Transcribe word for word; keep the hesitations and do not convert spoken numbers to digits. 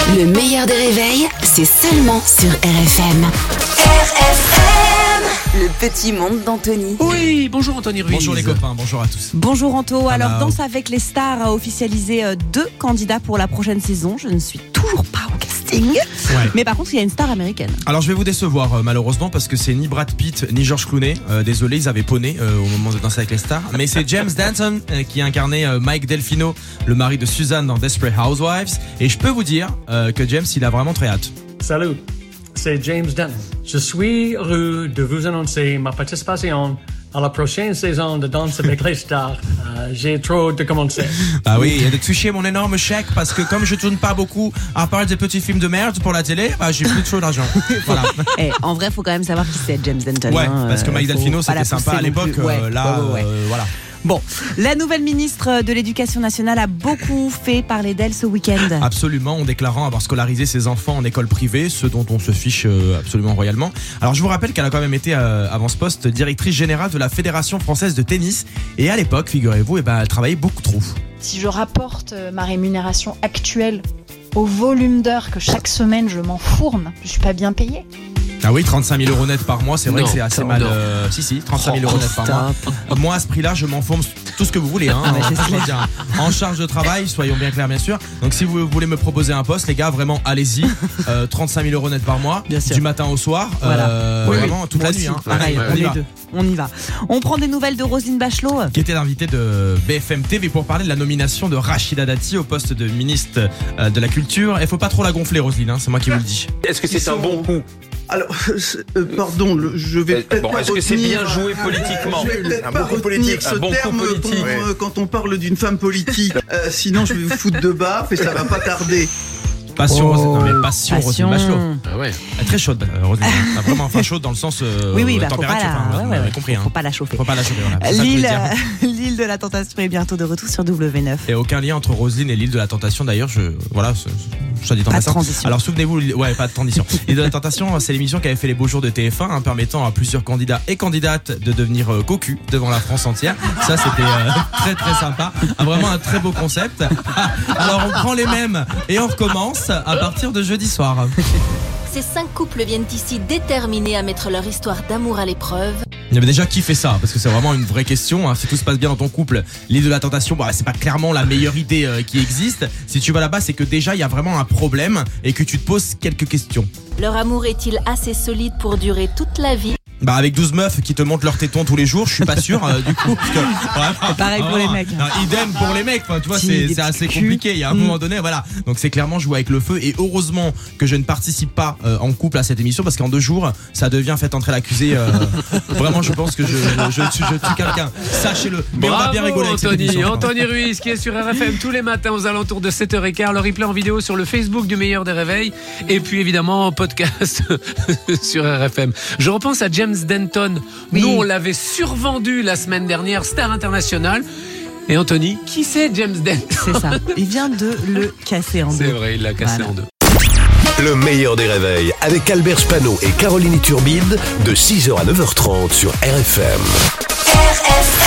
Le meilleur des réveils, c'est seulement sur R F M. R F M, le petit monde d'Anthony. Oui, bonjour Anthony Ruiz. Bonjour les copains, bonjour à tous. Bonjour Anto. Alors, Hello. Danse avec les stars a officialisé euh, deux candidats pour la prochaine saison. Je ne suis toujours pas au casting. Ouais. Mais par contre, il y a une star américaine. Alors je vais vous décevoir euh, malheureusement parce que c'est ni Brad Pitt ni George Clooney. Euh, désolé, ils avaient poney euh, au moment de Danser avec les stars. Mais c'est James Denton euh, qui incarnait euh, Mike Delfino, le mari de Suzanne dans Desperate Housewives. Et je peux vous dire euh, que James, il a vraiment très hâte. Salut, c'est James Denton. Je suis heureux de vous annoncer ma participation à la prochaine saison de Danse avec les stars. Euh, j'ai trop de commencer. Ah oui, et de toucher mon énorme chèque parce que comme je tourne pas beaucoup, à part des petits films de merde pour la télé, bah, j'ai plus trop d'argent. Voilà. Eh, en vrai, il faut quand même savoir qui c'est James Denton. Ouais, hein. parce que Mike Faut Delfino, pas c'était la sympa pousser à non l'époque. plus. Ouais, euh, là, ouais, ouais, ouais. euh, voilà. Bon, la nouvelle ministre de l'Éducation nationale a beaucoup fait parler d'elle ce week-end. Absolument, en déclarant avoir scolarisé ses enfants en école privée, ce dont on se fiche euh, absolument royalement. Alors je vous rappelle qu'elle a quand même été, euh, avant ce poste, directrice générale de la Fédération française de tennis. Et à l'époque, figurez-vous, eh ben, elle travaillait beaucoup trop. Si je rapporte euh, ma rémunération actuelle au volume d'heures que chaque semaine je m'enfourne, je suis pas bien payée. Ah oui, trente-cinq mille euros net par mois, c'est vrai Non, que c'est assez non, mal. non. Euh, si, si, trente-cinq mille euros net par mois. Stop. Moi, à ce prix-là, je m'enfonce tout ce que vous voulez. Hein, Ah, mais c'est en, clair. en charge de travail, soyons bien clairs, bien sûr. Donc, si vous voulez me proposer un poste, les gars, vraiment, allez-y. Euh, trente-cinq mille euros net par mois, Bien sûr. du matin au soir. Voilà. Euh, Oui, vraiment, toute Moi la nuit. aussi, Hein. pareil, Ouais, on y est va. deux. On y va. On prend des nouvelles de Roselyne Bachelot. Qui était l'invité de B F M T V pour parler de la nomination de Rachida Dati au poste de ministre euh, de la Culture. Il faut pas trop la gonfler, Roselyne, hein, c'est moi qui vous le dis. Est-ce que c'est un bon coup? Alors, euh, pardon, le- je vais Euh, peut-être bon, pas est-ce que c'est retenir- bien joué politiquement? Je vais peut-être Un pas bon coup retenir politique, ce un bon coup terme politique. quand, euh, quand on parle d'une femme politique. Euh, sinon, je vais vous foutre de baffe et ça va pas tarder. Passion, Oh, Roselyne, non, mais passion, passion. Roselyne Bachelot. Ah ouais. Elle est très chaude, euh, Roselyne. Ah, vraiment, enfin chaude dans le sens euh, Oui, oui, bah, faut pas température. la, enfin, ouais, vous ouais, avez ouais, compris. faut, Hein. faut pas la chauffer. Faut pas la chauffer, voilà. C'est ça que je L'île, voulais dire. euh, l'île de la Tentation est bientôt de retour sur W neuf. Et aucun lien entre Roselyne et l'île de la Tentation d'ailleurs, je voilà, ce- ce- soit dit en Pas de passant. transition. Alors souvenez-vous, l'île- ouais, pas de transition. L'île de la Tentation, c'est l'émission qui avait fait les beaux jours de T F un, hein, permettant à plusieurs candidats et candidates de devenir euh, cocus devant la France entière. Ça, c'était euh, très très sympa, Ah, vraiment un très beau concept. Alors on prend les mêmes et on recommence à partir de jeudi soir. Ces cinq couples viennent ici déterminés à mettre leur histoire d'amour à l'épreuve. Il y avait déjà qui fait ça, parce que c'est vraiment une vraie question. Hein. Si tout se passe bien dans ton couple, l'île de la Tentation, bah, c'est pas clairement la meilleure idée euh, qui existe. Si tu vas là-bas, c'est que déjà il y a vraiment un problème et que tu te poses quelques questions. Leur amour est-il assez solide pour durer toute la vie? Bah avec douze meufs qui te montrent leurs tétons tous les jours, je suis pas sûr euh, du coup. Parce que, vraiment, Pareil pour les mecs. non, idem pour les mecs, enfin, tu vois, Si, c'est, des c'est petits assez culs. compliqué. Il y a un Mm. moment donné, voilà. Donc c'est clairement jouer avec le feu. Et heureusement que je ne participe pas euh, en couple à cette émission parce qu'en deux jours, ça devient fait entrer l'accusé. Euh, vraiment, je pense que je, je, je, tue- je tue quelqu'un. Sachez-le. Mais on va Bravo bien rigoler avec cette Anthony, émission. Anthony Ruiz qui est sur R F M tous les matins aux alentours de sept heures quinze, le replay en vidéo sur le Facebook du meilleur des réveils et puis évidemment en podcast sur R F M. Je repense à James Denton. Oui. Nous on l'avait survendu la semaine dernière, star international. Et Anthony, qui c'est James Denton? C'est ça. Il vient de le casser en deux. C'est vrai, il l'a cassé Voilà. en deux. Le meilleur des réveils avec Albert Spano et Caroline Turbide de six heures à neuf heures trente sur R F M. R F